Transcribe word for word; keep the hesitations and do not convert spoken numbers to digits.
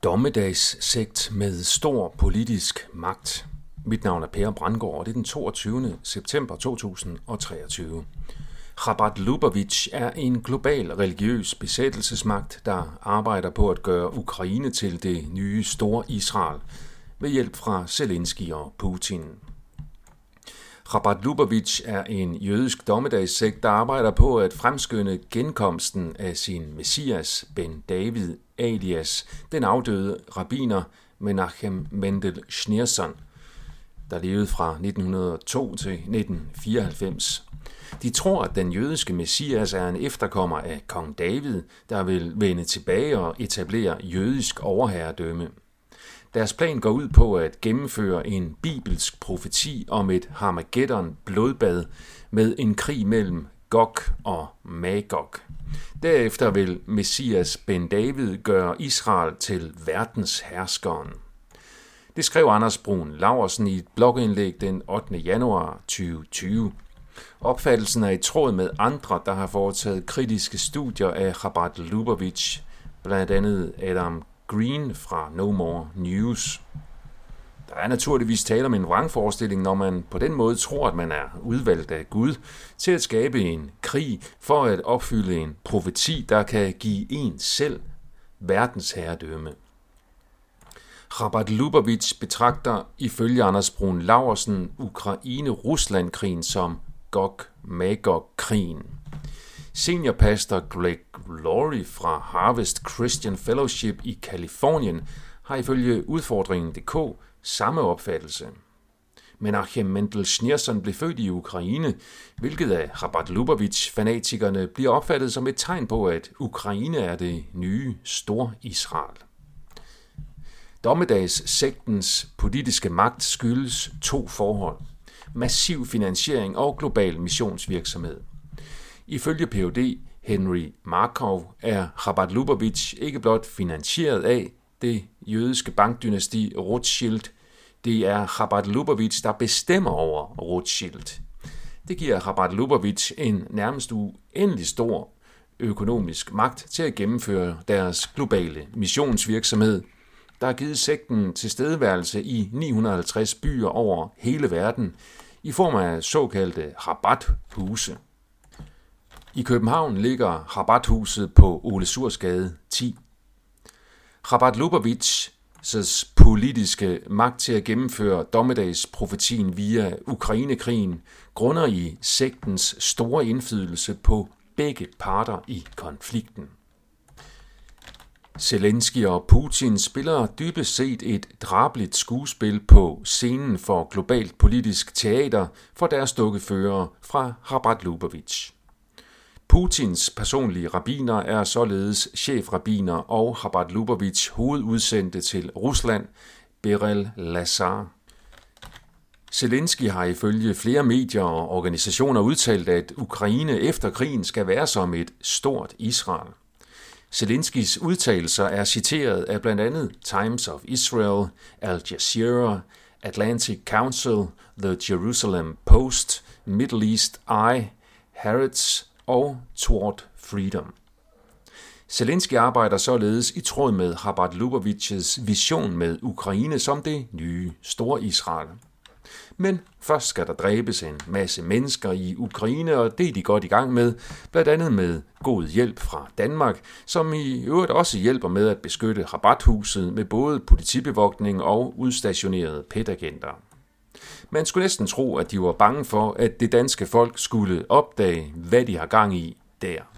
Dommedagssekt med stor politisk magt. Mit navn er Per Brandgaard, og det er den toogtyvende september to tusind og treogtyve. Chabad Lubavitch er en global religiøs besættelsesmagt, der arbejder på at gøre Ukraine til det nye store Israel ved hjælp fra Zelensky og Putin. Chabad Lubavitch er en jødisk dommedagssekt, der arbejder på at fremskynde genkomsten af sin messias, Ben David, alias den afdøde rabbiner Menachem Mendel Schneerson, der levede fra nitten hundrede og to til nitten fireoghalvfems. De tror, at den jødiske messias er en efterkommer af kong David, der vil vende tilbage og etablere jødisk overherredømme. Deres plan går ud på at gennemføre en bibelsk profeti om et Harmageddon-blodbad med en krig mellem Gog og Magog. Derefter vil Messias Ben David gøre Israel til verdens herskeren. Det skrev Anders Brun Laursen i et blogindlæg den ottende januar tyve tyve. Opfattelsen er i tråd med andre, der har foretaget kritiske studier af Chabad Lubavitch, blandt andet Adam Green fra No More News. Der er naturligvis tale om en vrangforestilling, når man på den måde tror, at man er udvalgt af Gud til at skabe en krig for at opfylde en profeti, der kan give en selv verdens herredømme. Chabad Lubavitch betragter ifølge Anders Brun Laursen Ukraine-Rusland-krigen som Gog-Magog-krigen. Seniorpastor Greg Laurie fra Harvest Christian Fellowship i Californien har ifølge udfordringen punktum d k samme opfattelse. Menachem Mendel Schneerson blev født i Ukraine, hvilket af Chabad Lubavitch-fanatikerne bliver opfattet som et tegn på, at Ukraine er det nye Stor-Israel. Dommedagssektens politiske magt skyldes to forhold: massiv finansiering og global missionsvirksomhed. Ifølge Ph.D. Henry Markov er Chabad Lubavitch ikke blot finansieret af det jødiske bankdynasti Rothschild. Det er Chabad Lubavitch, der bestemmer over Rothschild. Det giver Chabad Lubavitch en nærmest uendelig stor økonomisk magt til at gennemføre deres globale missionsvirksomhed, der har givet sekten tilstedeværelse i ni hundrede og halvtreds byer over hele verden i form af såkaldte Chabad-huse. I København ligger Chabad-huset på Ole Suhrs Gade ti. Chabad Lubavitchs politiske magt til at gennemføre dommedagsprofetien via Ukrainekrigen grunder i sektens store indflydelse på begge parter i konflikten. Zelensky og Putin spiller dybest set et drabeligt skuespil på scenen for globalt politisk teater for deres dukkefører fra Chabad Lubavitch. Putins personlige rabbiner er således chefrabbiner og Chabad Lubavitch hovedudsendte til Rusland, Berel Lazar. Zelensky har ifølge flere medier og organisationer udtalt, at Ukraine efter krigen skal være som et stort Israel. Zelenskys udtalelser er citeret af blandt andet Times of Israel, Al Jazeera, Atlantic Council, The Jerusalem Post, Middle East Eye, Haaretz og Toward Freedom. Zelensky arbejder således i tråd med Chabad Lubavitches vision med Ukraine som det nye store Israel. Men først skal der dræbes en masse mennesker i Ukraine, og det er de godt i gang med, blandt andet med god hjælp fra Danmark, som i øvrigt også hjælper med at beskytte Chabad-huset med både politibevogtning og udstationerede PET-agenter. Man skulle næsten tro, at de var bange for, at det danske folk skulle opdage, hvad de har gang i der.